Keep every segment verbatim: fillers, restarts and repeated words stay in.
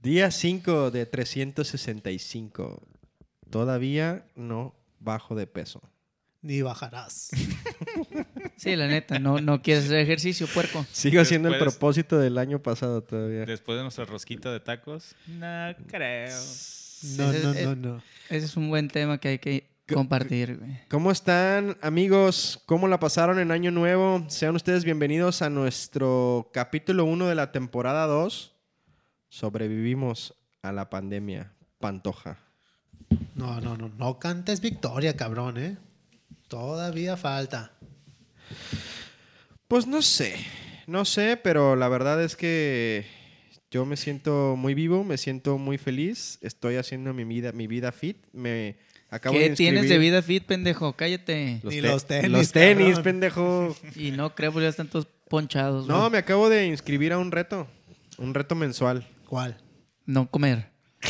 Día cinco de trescientos sesenta y cinco. Todavía no bajo de peso. Ni bajarás. Sí, la neta, no, no quieres hacer ejercicio, puerco. Sigo haciendo el Después- propósito del año pasado todavía. Después de nuestra rosquita de tacos. No creo. No, Ese- no, eh, no, no. Ese es un buen tema que hay que compartir, güey. ¿Cómo están, amigos? ¿Cómo la pasaron en Año Nuevo? Sean ustedes bienvenidos a nuestro capítulo uno de la temporada dos. Sobrevivimos a la pandemia. Pantoja. No, no, no. No cantes victoria, cabrón, ¿eh? Todavía falta. Pues no sé, no sé, pero la verdad es que yo me siento muy vivo, me siento muy feliz. Estoy haciendo mi vida, mi vida fit. Me acabo ¿Qué de inscribir tienes de vida fit, pendejo? Cállate. Los Ni te- los tenis, Los tenis, cabrón. pendejo. Y no creo, porque ya están todos ponchados, güey. No, me acabo de inscribir a un reto, un reto mensual, ¿Cuál? No comer.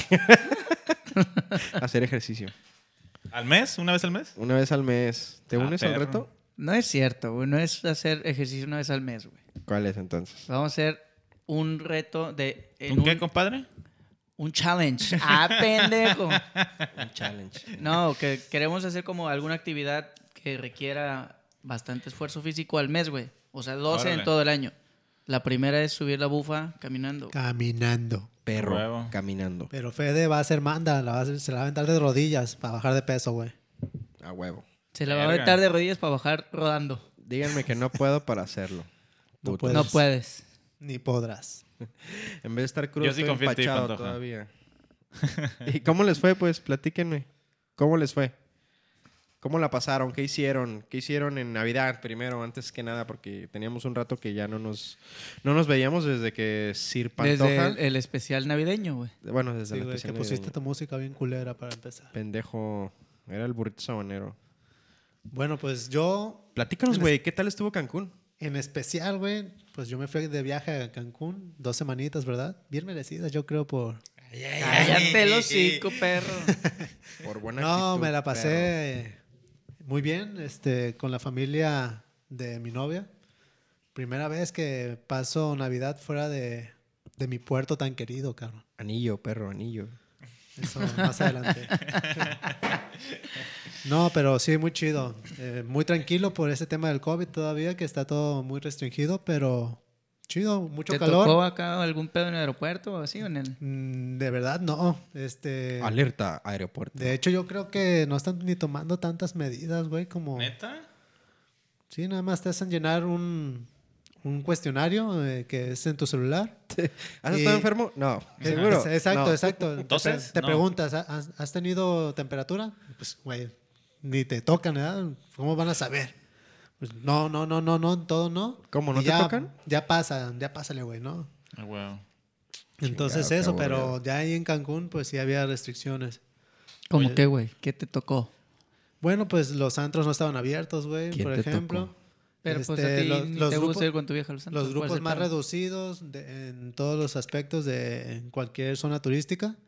hacer ejercicio. ¿Al mes? ¿Una vez al mes? Una vez al mes. ¿Te Ah, unes al perro. reto? No es cierto, güey. No es hacer ejercicio una vez al mes, güey. ¿Cuál es entonces? Vamos a hacer un reto de... en ¿Un un, qué, compadre? un challenge. ¡Ah, pendejo! Un challenge. No, que queremos hacer como alguna actividad que requiera bastante esfuerzo físico al mes, güey. O sea, doce Órale. en todo el año. La primera es subir la bufa caminando. Caminando. Perro, Huevo. caminando. Pero Fede va a hacer manda. La va a hacer- se la va a aventar de rodillas para bajar de peso, güey. A huevo. Se la va a Verga. aventar de rodillas para bajar rodando. Díganme que no puedo para hacerlo. No Putos. puedes. No puedes. Ni podrás. En vez de estar crudo, Yo sí estoy confío en ti, empachado Pantoja. todavía. ¿Y cómo les fue? Pues platíquenme. ¿Cómo les fue? ¿Cómo la pasaron? ¿Qué hicieron? ¿Qué hicieron en Navidad primero, antes que nada? Porque teníamos un rato que ya no nos, no nos veíamos desde que Sir Pantoja... Desde el, el especial navideño, güey. Bueno, desde Sí, la güey, que especial pusiste navideña. tu música bien culera para empezar. Pendejo. Era el burrito sabanero. Bueno, pues yo, Platícanos, En güey. ¿Qué tal estuvo Cancún? en especial, güey, pues yo me fui de viaje a Cancún. Dos semanitas, ¿verdad? Bien merecidas, yo creo, por... Cállate el hocico, perro. Por buena No, actitud, me la perro. pasé muy bien, este, con la familia de mi novia. Primera vez que paso Navidad fuera de, de mi puerto tan querido, cabrón. Anillo, perro, anillo. Eso más adelante. No, pero sí, muy chido. Eh, muy tranquilo por ese tema del COVID todavía, que está todo muy restringido, pero chido, mucho ¿Te calor. tocó acá algún pedo en el aeropuerto o así? ¿O en el... Mm, de verdad, no. Este, Alerta, aeropuerto. de hecho, yo creo que no están ni tomando tantas medidas, güey, como... ¿Neta? Sí, nada más te hacen llenar un, un cuestionario eh, que es en tu celular. ¿Has Y- estado enfermo? No. ¿Seguro? Es- Exacto, No. exacto. Te, ¿Toses? pre- te No. preguntas, ¿has, has tenido temperatura? Pues, güey, ni te tocan, ¿verdad? ¿Cómo van a saber? Pues, no, no, no, no, no, todo no. ¿Cómo, no Y te ya, tocan? Ya pasa, ya pásale, güey, ¿no? Ah, wow. Entonces Chingado, eso, qué pero aburrido. ya ahí en Cancún, pues sí había restricciones. ¿Cómo Oye. qué, güey? ¿Qué te tocó? Bueno, pues los antros no estaban abiertos, güey, ¿Quién por te ejemplo. tocó? Pero pues Este, a ti los- ni los te grupos- gusta ir con tu vieja a los antros, Los ¿cuál es grupos el más pedo? reducidos de- en todos los aspectos de en cualquier zona turística.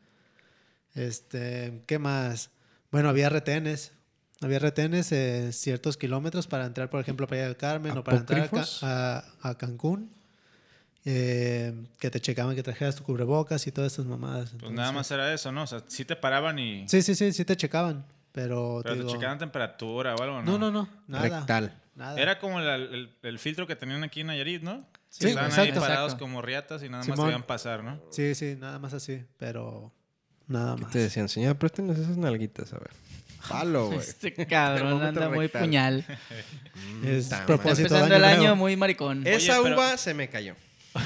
Este, ¿qué más? Bueno, había retenes. Había retenes eh, ciertos kilómetros para entrar, por ejemplo, a Playa del Carmen o para entrar a, Ca- ¿Apócrifos? a- a Cancún. Eh, que te checaban que trajeras tu cubrebocas y todas esas mamadas. Pues Entonces- nada más era eso, ¿no? O sea, sí te paraban y... Sí, sí, sí, sí te checaban. Pero, Pero te te digo, checaban temperatura o algo, ¿no? no, no, no, nada. Rectal. Nada. Era como la- el, el filtro que tenían aquí en Nayarit, ¿no? Sí, Estaban ahí exacto. parados Exacto. como riatas y nada más Simón. te iban a pasar, ¿no? Sí, sí, nada más así, pero nada ¿Qué más. te decían? Señor, préstenos esas nalguitas, a ver. Palo, güey. Este cabrón Termómetro anda muy rectal. puñal. Es Puta propósito de Empezando año el año nuevo. muy maricón. Esa Oye, pero- uva se me cayó.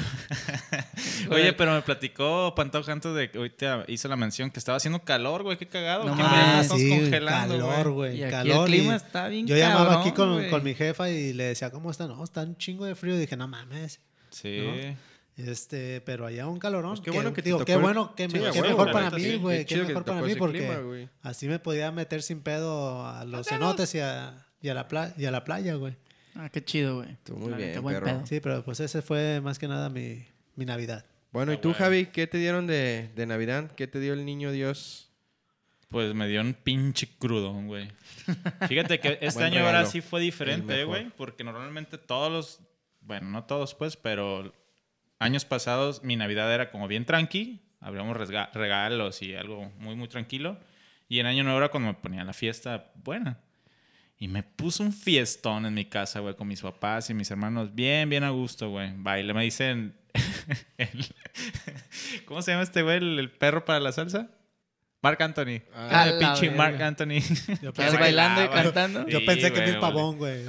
Oye, pero me platicó Pantoja antes de que ahorita hizo la mención que estaba haciendo calor, güey. Qué cagado. No ¿Qué mames, pedo? Ah, Estamos sí, congelando, calor, güey. güey. Y aquí calor. el clima y está bien Yo llamaba cabrón, aquí con, güey. con mi jefa y le decía, ¿cómo está? No, está un chingo de frío. Y dije, no mames. Sí. ¿no? Este, pero allá un calorón. Pues qué bueno que te digo, tocó qué el- bueno, qué, Sí, me- a qué huevo, mejor la para neta, mí, sí. güey. Qué Qué chido que mejor te para tocó mí ese porque clima, güey. así me podía meter sin pedo a los cenotes y a, y a la pla- y a la playa, güey. Ah, qué chido, güey. Tú muy La bien, neta, buen perro. pedo. Sí, pero pues ese fue más que nada mi, mi Navidad. Bueno, ¿y Ah, tú, bueno. Javi? ¿Qué te dieron de, de Navidad? ¿Qué te dio el niño Dios? Pues me dio un pinche crudo, güey. Fíjate que este Buen año ahora regalo. sí fue El diferente, mejor. güey. Porque normalmente todos los... Bueno, no todos, pues, pero... Años pasados mi Navidad era como bien tranqui. abríamos resga- regalos y algo muy, muy tranquilo. Y en Año Nuevo era cuando me ponía la fiesta buena. Y me puso un fiestón en mi casa, güey, con mis papás y mis hermanos. Bien, bien a gusto, güey. Baile, me dicen... el- ¿Cómo se llama este güey? ¿El, el perro para la salsa? Marc Anthony. Ah, Ah, el la pinche verga. Marc Anthony. Yo ¿Estás pensé, bailando y bailaba. cantando? yo Sí, pensé que güey, Bill güey. Pavón, güey.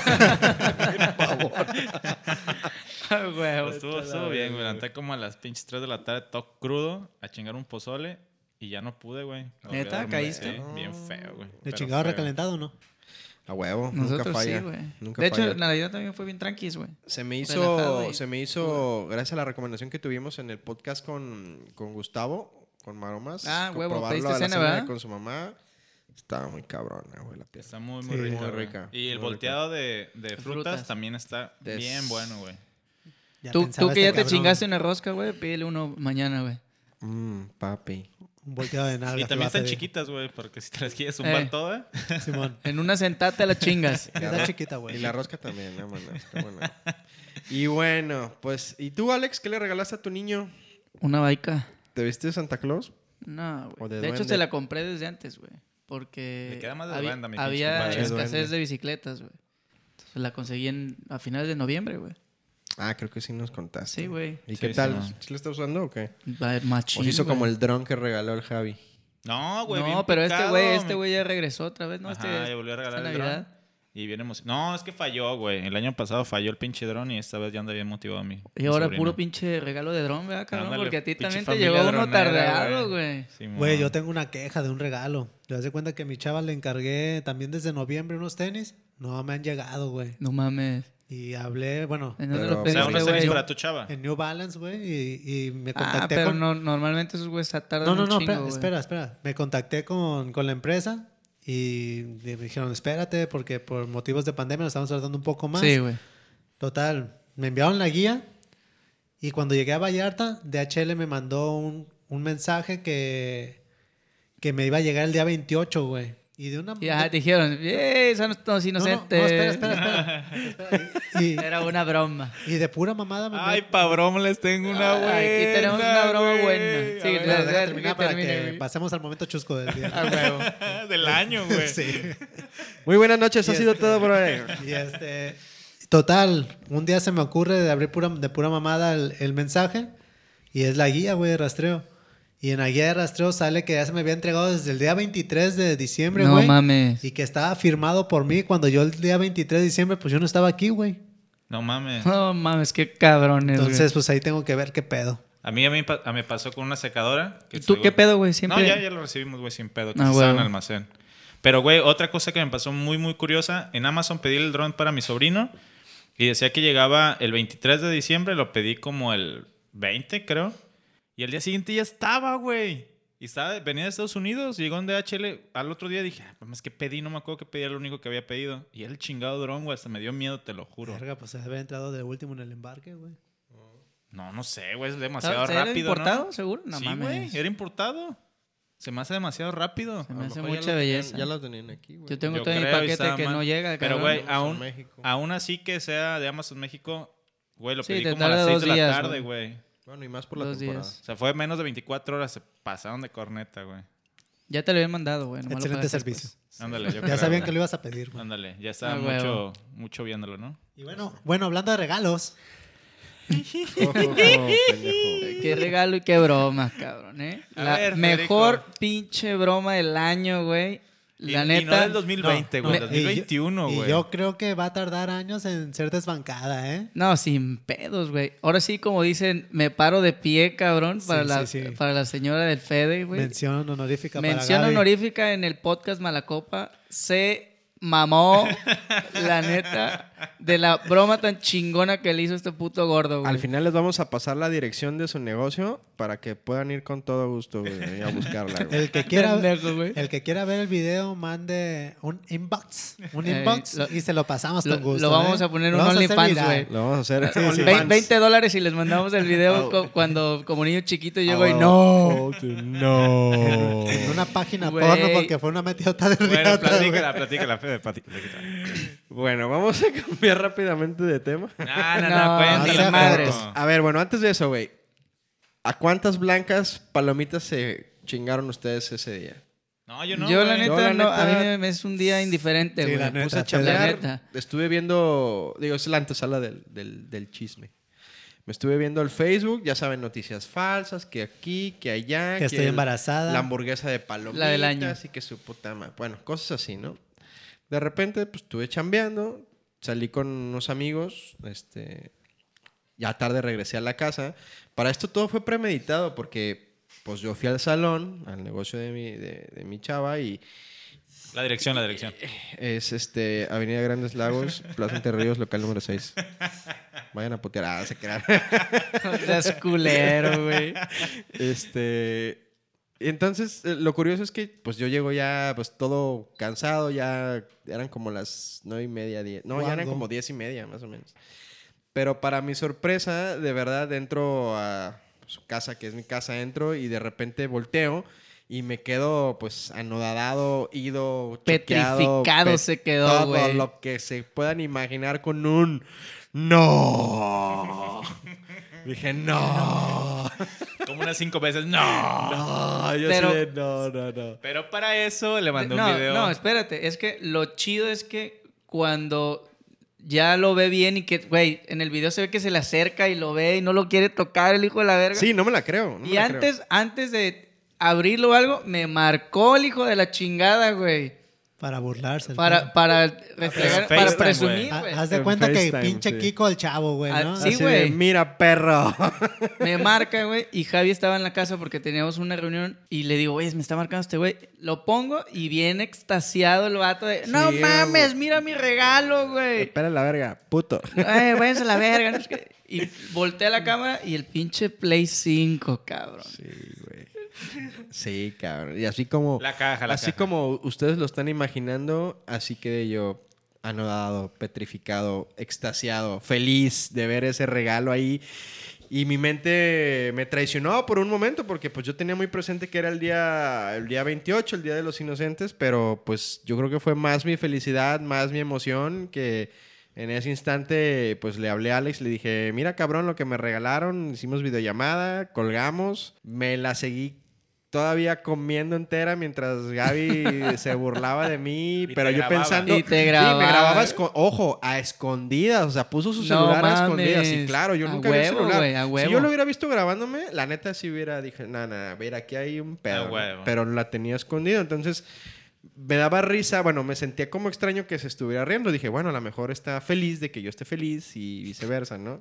Ah, güey, Estuvo, estuvo bien, güey. Levanté como a las pinches tres de la tarde, todo crudo, a chingar un pozole y ya no pude, güey. Me volví a ¿Neta? dormir, ¿Caíste? sí, bien feo, güey. ¿De Pero chingado feo. recalentado o no? A huevo, nunca Nosotros falla. sí, güey. Nunca De hecho, falla. la Navidad también fue bien tranquis, güey. Se me relajado hizo, y- se me hizo, gracias a la recomendación que tuvimos en el podcast con, con Gustavo, con Maromas. Ah, con huevo, probarlo pediste a la cena, cena ¿verdad? con su mamá. Estaba muy cabrona, güey, la pieza. Está muy, muy Sí. rica. Muy güey. rica, Y el muy volteado de, de frutas, Frutas. también está Des- bien bueno, güey. Ya Tú, pensaba tú que este ya te cabrón, chingaste una rosca, güey, pídele uno mañana, güey. Mmm, papi. Un volteado de nalgas. Y te también va a están pedir. chiquitas, güey, porque si te las quieres zumbar Eh. todas. Simón. En una sentada te la chingas. Está chiquita, Y güey. la rosca también, vámonos, qué bueno. Y bueno, pues, ¿y tú, Alex, qué le regalaste a tu niño? Una baica. ¿Te viste de Santa Claus? No, O güey. de De, hecho, duende. se la compré desde antes, güey. Porque Le queda más de había, duende a mi pinche había compadre. escasez Duende. de bicicletas, güey. Entonces la conseguí en, a finales de noviembre, güey. Ah, creo que sí nos contaste. Sí, güey. ¿Y Sí, qué sí, tal? no. ¿Sí lo está usando o qué? Va a ir más ¿O chido. se hizo como el dron que regaló el Javi? No, güey, bien No, pero este picado, güey, este mi- güey ya regresó otra vez, ¿no? Ajá, Este, ya volvió a regalar esta el Navidad. dron. Y bien emocionado. No, es que falló, güey. El año pasado falló el pinche dron y esta vez ya anda bien motivado a mí. Y ahora puro pinche regalo de dron, ¿verdad, cabrón? Ándale, Porque a ti pinche también te familia llegó uno dronera, tardeado, güey. güey. Simón. Güey, yo tengo una queja de un regalo. Te das cuenta que a mi chava le encargué también desde noviembre unos tenis. No me han llegado, güey. No mames. Y hablé, bueno, ¿En dónde Pero, lo O sea, pediste, unos güey? tenis para tu chava. en New Balance, güey. Y, y me Ah, contacté pero con... no, normalmente esos güeyes se tardan No, no, un no, chingo, espera, güey. espera, espera. Me contacté con, con la empresa y me dijeron, espérate, porque por motivos de pandemia nos estamos tardando un poco más. Sí, güey. Total, me enviaron la guía y cuando llegué a Vallarta, D H L me mandó un, un mensaje que, que me iba a llegar el día veintiocho, güey. Y de una... Y ajá, te dijeron, ¡eh! Son todos no, no, no, inocentes. espera, espera, espera. Y, Era una broma. y de pura mamada me... Ay, pa' broma, les tengo una buena. Ay, aquí tenemos una broma güey. buena. A Sí, ver, Bueno, de- deja de- terminar que para termine, que güey. pasemos al momento chusco del día. Ah, huevo. del año, güey. Sí. Muy buenas noches, Y ha sido este- todo por hoy. Y este, total, un día se me ocurre de abrir pura, de pura mamada el, el mensaje y es la guía, güey, de rastreo. Y en la guía de rastreo sale que ya se me había entregado desde el día veintitrés de diciembre, No güey. mames. Y que estaba firmado por mí cuando yo el día veintitrés de diciembre, pues yo no estaba aquí, güey. No mames. No mames, qué cabrones, güey. Entonces, pues ahí tengo que ver qué pedo. A mí, a mí pa- a- me pasó con una secadora. que ¿Y tú seguro- qué pedo, güey? Siempre... No, ya, ya lo recibimos, güey, sin pedo. Que Ah, sí estaba en huevo. almacén. Pero, güey, otra cosa que me pasó muy, muy curiosa. En Amazon pedí el dron para mi sobrino y decía que llegaba el veintitrés de diciembre. Lo pedí como el veinte, creo. Y el día siguiente ya estaba, güey. Y estaba, venía de Estados Unidos, llegó en D H L. Al otro día dije, ah, pues que pedí, no me acuerdo que pedí, era lo único que había pedido. Y era el chingado dron, güey, hasta me dio miedo, te lo juro. Verga, pues se había entrado de último en el embarque, güey. No, no sé, güey, es demasiado ¿Era rápido, importado, ¿no? seguro? No sí, mames. güey, era importado. Se me hace demasiado rápido. Se me A lo hace mejor ya mucha lo tenían- belleza. Ya lo tenían aquí, güey. Yo tengo Yo todo mi creo, y paquete estaba que mal. no llega, Pero, cabrón. güey, Amazon aún, México. aún así que sea de Amazon México, güey, lo Sí, pedí te como a las tarda seis dos de la días, tarde, güey. güey. Bueno, y más por la Dos temporada. días. O sea, fue menos de veinticuatro horas, se pasaron de corneta, güey. Ya te lo habían mandado, güey. nomás lo Excelente pagaste servicio. después. Ándale, yo Ya creo, sabían güey. que lo ibas a pedir, güey. Ándale, ya estaba Ah, mucho, huevo. mucho viéndolo, ¿no? Y bueno, bueno, hablando de regalos, Ojo, ojo, pendejo. Qué regalo y qué broma, cabrón, ¿eh? A La ver, mejor Federico. pinche broma del año, güey. La y, neta. Y no del dos mil veinte, No, güey, no, dos mil veintiuno, y yo- güey. Y yo creo que va a tardar años en ser desbancada, ¿eh? No, sin pedos, güey. Ahora sí, como dicen, me paro de pie, cabrón, para, Sí, la, sí, sí. para la señora del Fede, güey. Mención honorífica Mención para Gaby. honorífica en el podcast Malacopa. Se mamó, la neta, de la broma tan chingona que le hizo este puto gordo, güey. Al final les vamos a pasar la dirección de su negocio para que puedan ir con todo gusto, güey, ahí a buscarla, güey. El que quiera, Pendejo, güey. el que quiera ver el video, mande un inbox. Un Eh, inbox lo- y se lo pasamos Lo, con gusto. lo vamos ¿eh? a poner en Lo un vamos a hacer OnlyFans, viral. güey. Lo vamos a hacer. Sí, sí. Ve- veinte dólares y les mandamos el video co- cuando como niño chiquito yo Ah, güey, huevo. no. No. En una página Güey. porno porque fue una metidota de Bueno, riata, güey. platícala, platícala, Fede, platícala. Bueno, vamos a cambiar rápidamente de tema. No, no, No, no, cuéntala, sea madres. no. A ver, bueno, antes de eso, güey. ¿A cuántas blancas palomitas se chingaron ustedes ese día? No, yo no. Yo, la güey. neta, Yo, la no, neta- a mí me, me es un día indiferente, Sí, güey. la Me puse a neta, chambear. la neta. Estuve viendo, digo, es la antesala del, del, del chisme. Me estuve viendo el Facebook, ya saben, noticias falsas, que aquí, que allá. Que estoy el- embarazada. La hamburguesa de palomitas. La del año. Y que su puta madre. Bueno, cosas así, ¿no? De repente, pues estuve chambeando, salí con unos amigos, este... Ya tarde regresé a la casa. Para esto todo fue premeditado porque pues yo fui al salón, al negocio de mi, de, de mi chava y La dirección, la dirección. es este Avenida Grandes Lagos, Plaza Entre Ríos, local número seis. Vayan a putear. Ah, se crean. No seas culero, güey. Este... Entonces, eh, lo curioso es que pues yo llego ya pues todo cansado, ya eran como las nueve y media, diez. No, ya eran ¿Cuándo? como diez y media más o menos. Pero para mi sorpresa, de verdad, entro a su casa, que es mi casa, entro y de repente volteo y me quedo pues anodado, ido, choqueado, Petrificado pe- se quedó, todo güey. lo que se puedan imaginar con un no. Dije no. Como unas cinco veces. No. No, yo Pero- sí de no, no, no. Pero para eso le mandó no, un video. no, espérate. Es que lo chido es que cuando ya lo ve bien y que, güey, en el video se ve que se le acerca y lo ve y no lo quiere tocar el hijo de la verga. Sí, no me la creo. no me y la antes, creo. antes de abrirlo o algo, me marcó el hijo de la chingada, güey. Para burlarse. el Para, perro. para, reflejar- para FaceTime, presumir, Ha- güey. Haz de En cuenta que FaceTime, pinche sí. Kiko el chavo, güey, Ah, ¿no? sí, Así de, güey. mira, perro. Me marca, güey, y Javi estaba en la casa porque teníamos una reunión y le digo, güey, me está marcando este güey. Lo pongo y viene extasiado el vato de, no Sí, mames, güey. mira mi regalo, güey. Espera la verga, puto. Ay, váyanse a la verga. no sé qué. Y volteé a la cámara y el pinche Play cinco, cabrón. Sí, güey. Sí, cabrón. Y así como... La caja, la así caja. como ustedes lo están imaginando, así quedé yo anodado, petrificado, extasiado, feliz de ver ese regalo ahí. Y mi mente me traicionó por un momento porque pues yo tenía muy presente que era el día, el día veintiocho, el Día de los Inocentes, pero pues yo creo que fue más mi felicidad, más mi emoción que en ese instante pues le hablé a Alex, le dije, mira cabrón lo que me regalaron, hicimos videollamada, colgamos, me la seguí todavía comiendo entera mientras Gaby se burlaba de mí, Y te pero yo grababa. pensando... Y te Sí, grababa. me grababa, esco- ojo, a escondidas, o sea, puso su No celular a escondidas. Sí, mames. claro, yo A nunca vi el huevo, celular. güey, a huevo. Si yo lo hubiera visto grabándome, la neta sí hubiera, dije, no, no, a ver, aquí hay un pedo. A ¿no? huevo. Pero la tenía escondido, entonces me daba risa, bueno, me sentía como extraño que se estuviera riendo. Dije, bueno, a lo mejor está feliz de que yo esté feliz y viceversa, ¿no?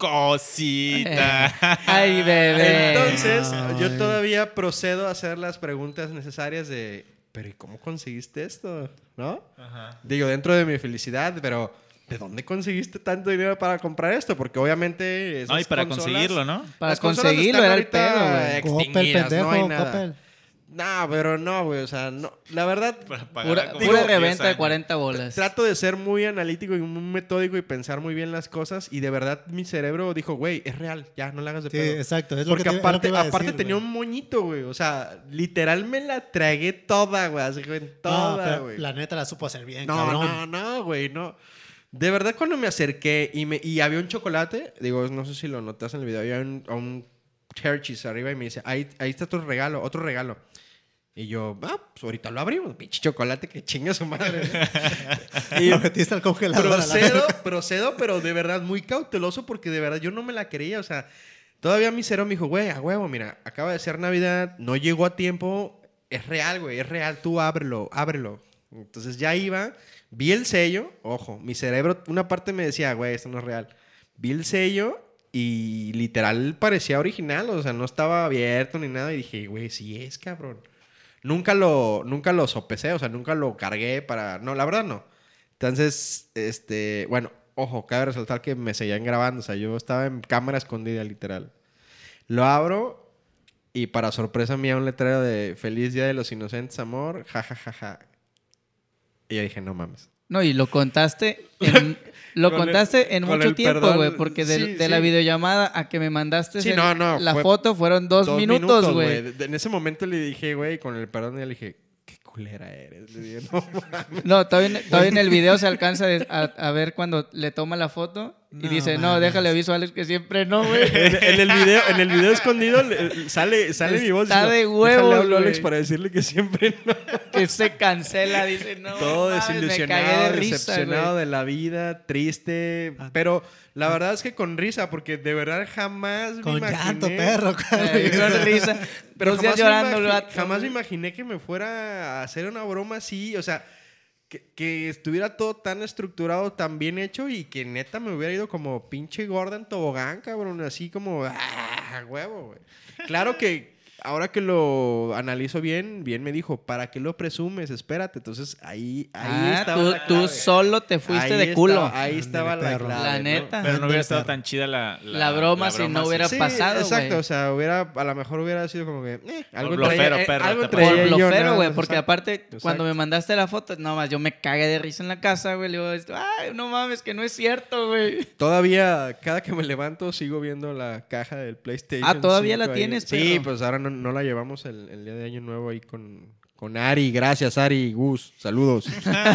Cosita. Ay, bebé. Entonces, Ay. yo todavía procedo a hacer las preguntas necesarias de, pero ¿y cómo conseguiste esto? ¿No? Ajá. Digo, dentro de mi felicidad, pero ¿de dónde conseguiste tanto dinero para comprar esto? Porque obviamente esas No, y para consolas- conseguirlo, ¿no? Para las consolas conseguirlo están era el ahorita pedo, güey. Coppel, extinguidas, pendejo, no hay nada. Coppel. No, pero no, güey, o sea, no, la verdad Para pagar Pura, como pura diez reventa de años. cuarenta bolas. trato de ser muy analítico y muy metódico y pensar muy bien las cosas y de verdad mi cerebro dijo, güey, es real, ya, no le hagas de Sí, pedo. exacto. Es lo Porque que te, es lo aparte, que iba a aparte decir, tenía güey. un moñito, güey. O sea, literal me la tragué toda, güey. Así que No, toda, pero güey. la neta la supo hacer bien, No, cabrón. no, no, güey, no. De verdad, cuando me acerqué y, me, y había un chocolate, digo, no sé si lo notas en el video, había un, un Hershey's arriba y me dice, ahí, ahí está tu regalo, otro regalo. Y yo, ah, pues ahorita lo abrimos, pinche chocolate que chinga su madre. Y lo metiste al congelador. a la procedo, verga. procedo, pero de verdad muy cauteloso porque de verdad yo no me la creía. O sea, todavía mi cero me dijo, güey, a huevo, mira, acaba de ser Navidad, no llegó a tiempo, es real, güey, es real, tú ábrelo, ábrelo. Entonces ya iba, vi el sello, ojo, mi cerebro, una parte me decía, güey, esto no es real. Vi el sello y literal parecía original, o sea, no estaba abierto ni nada y dije, güey, sí es, cabrón. Nunca lo, nunca lo sopesé, o sea, nunca lo cargué para... No, la verdad no. Entonces, este... Bueno, ojo, cabe resaltar que me seguían grabando. O sea, yo estaba en cámara escondida, literal. Lo abro y para sorpresa mía un letrero de Feliz Día de los Inocentes, amor, ja, ja, ja, ja. Y yo dije, no mames. No, y lo contaste en, lo Con el- contaste en con mucho el tiempo, perdón, güey, porque de, sí, de la sí. videollamada a que me mandaste Sí, el- no, no, la fue foto fueron dos, minutos, güey. De- de- En ese momento le dije, güey, con el perdón, y le dije, qué culera eres. Le dije, no mames. No, todavía, todavía en el video se alcanza de- a, a ver cuando le toma la foto Y dice, no, déjale aviso a Alex que siempre no, güey. En, en el video, en el video escondido le- sale, sale mi voz. Está diciendo, de huevos, "Déjale hablo a Alex güey". para decirle que siempre no. Que se cancela, dice, no. Todo mames, me desilusionado, cagué de risa, decepcionado güey. de la vida, triste. Ah. Pero la verdad es que con risa, porque de verdad jamás Con me imaginé. llanto, perro. Eh, con risa. Pero Dos días jamás, me, llorando el imagi- vato, jamás me güey. imaginé que me fuera a hacer una broma así. O sea, que, que estuviera todo tan estructurado, tan bien hecho y que neta me hubiera ido como pinche gorda en tobogán, cabrón. Así como, ¡ah, huevo, güey! Claro que ahora que lo analizo bien, bien me dijo, ¿para qué lo presumes? Espérate. Entonces ahí, ahí Ah, estaba tú, la tú clave. solo te fuiste Ahí de culo. estaba- ahí estaba Ándale, la perro. clave. La ¿no? neta. Pero no hubiera estado Perro. tan chida la, La broma si no hubiera Sí, pasado, exacto. güey. O sea, hubiera, a lo mejor hubiera sido como que, eh, algo Por blofero, entre- eh, perro, algo te entre pasó. Por ella y yo, blofero, nada güey, más, porque exacto. aparte, Exacto. cuando me mandaste la foto, no más, yo me cagué de risa en la casa, güey. Le digo, esto, ay, no mames, que no es cierto, güey. Todavía, cada que me levanto, sigo viendo la caja del PlayStation. Ah, ¿todavía cinco la ahí. tienes, Sí, perro? pues ahora no, no la llevamos el, el día de Año Nuevo ahí con, con Ari. Gracias, Ari. Gus, saludos.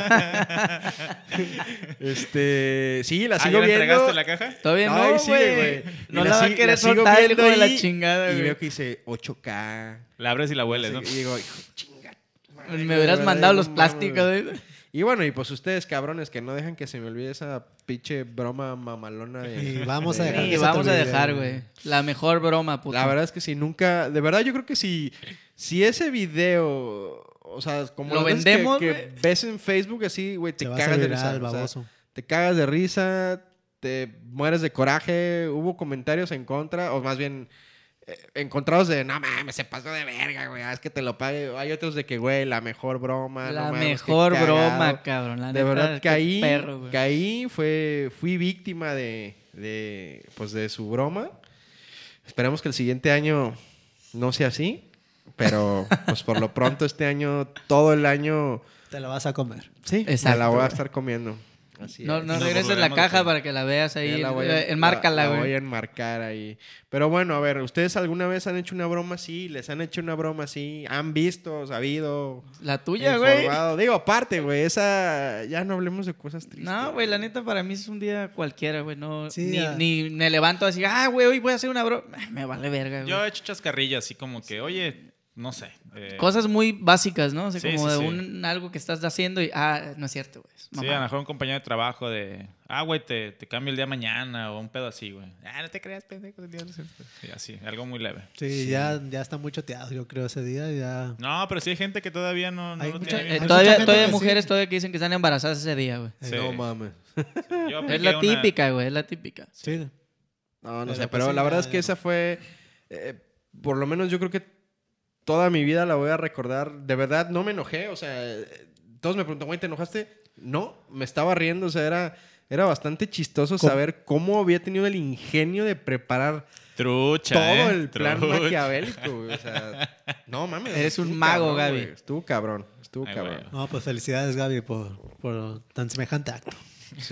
este, sí, la ¿Ah, sigo ya le viendo. entregaste la caja? Todavía Ay, no, sí, güey. No Y la va a si- querer sigo soltar el hijo viendo de la ahí chingada, Y güey. veo que dice ocho K. La abres y la hueles, ¿no? Y digo, hijo, chinga. madre, Me güey, hubieras de mandado verdad, los no plásticos, mames. güey. Y bueno, y pues ustedes, cabrones, que no dejan que se me olvide esa pinche broma mamalona de... Y vamos a de- dejar Sí, que se te vamos a olvide, dejar, güey. güey. La mejor broma, puto. La verdad es que si nunca... De verdad, yo creo que si, si ese video... O sea, como Lo las veces vendemos, que, güey. que ves en Facebook así, güey, te Se va a hacer cagas de viral, risa. o sea, baboso. te cagas de risa, te mueres de coraje. Hubo comentarios en contra, o más bien... eh, encontrados de, no mames, se pasó de verga, güey, ah, es que te lo pague. Hay otros de que, güey, la mejor broma. La no mames, qué mejor cagado. broma, cabrón. La De neta, verdad, qué caí, perro, güey. caí, fue, fui víctima de, de, pues, de su broma. Esperemos que el siguiente año no sea así, pero pues por lo pronto este año, todo el año, Te la vas a comer. sí, me Exacto, la voy a güey. estar comiendo. Así No, es. no Nos regreses la volveremos caja de- para que la veas ahí. Ya la voy a- eh, Enmárcala, la- la voy güey. a enmarcar ahí. Pero bueno, a ver, ¿ustedes alguna vez han hecho una broma así? ¿Les han hecho una broma así? ¿Han visto, sabido, La tuya, güey. informado? Digo, aparte, güey, esa... Ya no hablemos de cosas tristes. No, güey, la neta para mí es un día cualquiera, güey. No, Sí, ni, ya. ni me levanto así, ah, güey, hoy voy a hacer una broma. Me vale verga, güey. Yo he hecho chascarrillas así como que, oye, no sé. eh, Cosas muy básicas, ¿no? O sea, Sí, como sí, de sí. un, algo que estás haciendo y, ah, no es cierto, güey. es Sí, a lo mamada. mejor un compañero de trabajo de, ah, güey, te, te cambio el día de mañana o un pedo así, güey. Ah, no te creas, pendejo. el día de- Sí, así, algo muy leve. Sí, Ya, ya está muy choteado, yo creo, ese día. Ya... No, pero sí hay gente que todavía no, no Hay lo mucha- tiene Eh, bien. Hay todavía mucha gente todavía hay que sí. mujeres todavía que dicen que están embarazadas ese día, güey. Eh, Sí. No mames. Yo Es apliqué la una- típica, güey, es la típica. Sí. No, no Pero sé, pues pero sí, la verdad ya- es que ya esa no. fue, eh, por lo menos yo creo que toda mi vida la voy a recordar. De verdad, no me enojé, o sea, eh, todos me preguntan, güey, ¿te enojaste? No, me estaba riendo, o sea, era, era bastante chistoso ¿Cómo? saber cómo había tenido el ingenio de preparar Trucha, todo ¿eh? el plan Trucha. maquiavélico, güey, o sea, no mames. Eres un estuvo mago, cabrón, Gaby. güey, Estuvo cabrón, estuvo Ay, cabrón. güey. No, pues felicidades, Gaby, por, por tan semejante acto. Sí,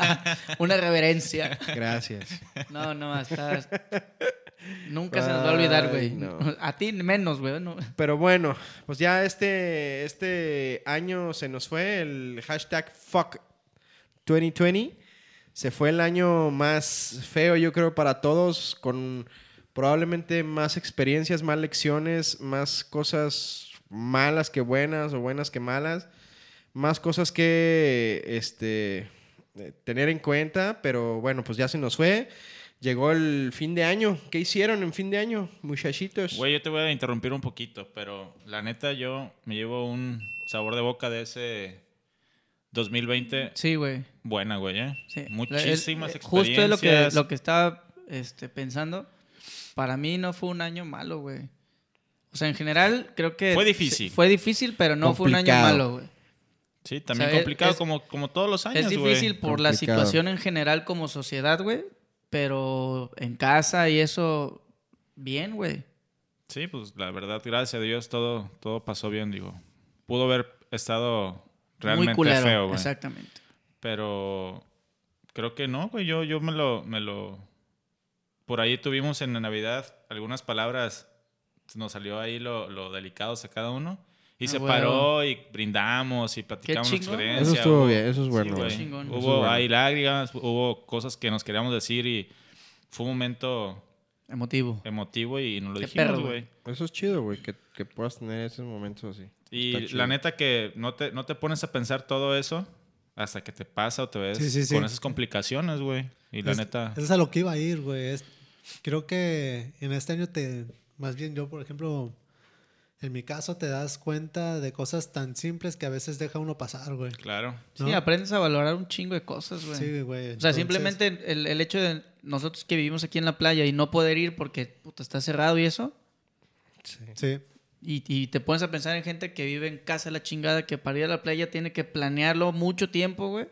Una reverencia. gracias. No, no, estás... Nunca se nos va a olvidar, güey. Ay, no. A ti menos, güey. no. Pero bueno, pues ya este, este año se nos fue el hashtag fuck veinte veinte. Se fue el año más feo, yo creo, para todos, con probablemente más experiencias, más lecciones, más cosas malas que buenas o buenas que malas, más cosas que este, eh, tener en cuenta, pero bueno, pues ya se nos fue. Llegó el fin de año. ¿Qué hicieron en fin de año, muchachitos? Güey, yo te voy a interrumpir un poquito, pero la neta yo me llevo un sabor de boca de ese dos mil veinte. Sí, güey. Buena, güey, ¿eh? Sí. Muchísimas El- el- experiencias. Justo es lo que, lo que estaba este, pensando. Para mí no fue un año malo, güey. O sea, en general creo que... Fue difícil. Fue difícil, pero no fue un año Complicado. malo, güey. Sí, también O sea, complicado es- como, como todos los años, Es güey. difícil por la Complicado. situación en general como sociedad, güey. Pero en casa y eso, bien, güey. Sí, pues la verdad, gracias a Dios, todo, todo pasó bien, digo. Pudo haber estado realmente Muy culero. feo, güey. Exactamente. Pero creo que no, güey. Yo, yo me lo, me lo... Por ahí tuvimos en la Navidad algunas palabras. Nos salió ahí lo, lo delicados a cada uno. Y Ah, se huevo. paró y brindamos y platicamos Qué nuestra chingón. experiencia. Eso estuvo Hubo- bien, eso es bueno, sí, güey. güey. Chingón. Eso es Hubo bueno. hay lágrimas, hubo cosas que nos queríamos decir y fue un momento Emotivo. emotivo y nos lo Qué dijimos, perro, güey. Eso es chido, güey, que, que puedas tener esos momentos así. Y Está chido. la neta que no te, no te pones a pensar todo eso hasta que te pasa o te ves Sí, sí, sí. con esas complicaciones, güey. Y la Es- neta... Eso es a lo que iba a ir, güey. Es- creo que en este año te... Más bien yo, por ejemplo, en mi caso te das cuenta de cosas tan simples que a veces deja uno pasar, güey. Claro. Sí, ¿no? aprendes a valorar un chingo de cosas, güey. Sí, güey. O sea, entonces- simplemente el, el hecho de nosotros que vivimos aquí en la playa y no poder ir porque puta, está cerrado y eso, Sí. y, y te pones a pensar en gente que vive en casa de la chingada, que para ir a la playa tiene que planearlo mucho tiempo, güey.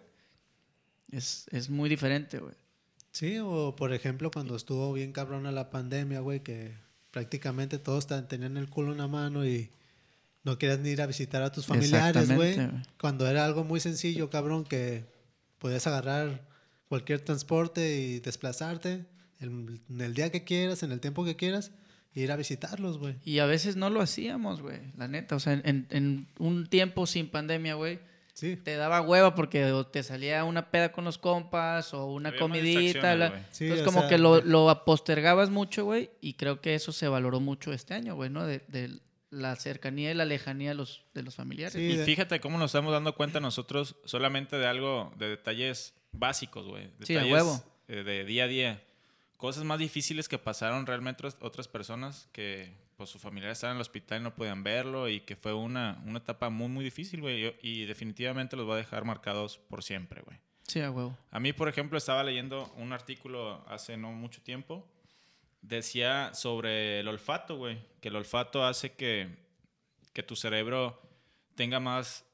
Es, es muy diferente, güey. Sí, o por ejemplo, cuando estuvo bien cabrona la pandemia, güey, que prácticamente todos tan- tenían el culo en la mano y no querías ni ir a visitar a tus familiares, güey. Exactamente, güey. Cuando era algo muy sencillo, cabrón, que podías agarrar cualquier transporte y desplazarte en, en el día que quieras, en el tiempo que quieras, e ir a visitarlos, güey. Y a veces no lo hacíamos, güey, la neta. O sea, en, en un tiempo sin pandemia, güey, Sí. te daba hueva porque o te salía una peda con los compas o una Había más comidita. distracciones, la- güey. Sí, Entonces, o como sea, que lo, güey. lo postergabas mucho, güey, y creo que eso se valoró mucho este año, güey, ¿no? De, de la cercanía y la lejanía de los, de los familiares. Sí, Y de- fíjate cómo nos estamos dando cuenta nosotros solamente de algo, de detalles básicos, güey. Sí, a Detalles huevo. eh, de día a día. Cosas más difíciles que pasaron realmente otras- otras personas que pues sus familiares estaban en el hospital y no podían verlo y que fue una, una etapa muy, muy difícil, güey. Yo- Y definitivamente los va a dejar marcados por siempre, güey. Sí, a huevo. A mí, por ejemplo, estaba leyendo un artículo hace no mucho tiempo. Decía sobre el olfato, güey. Que el olfato hace que, que tu cerebro tenga más...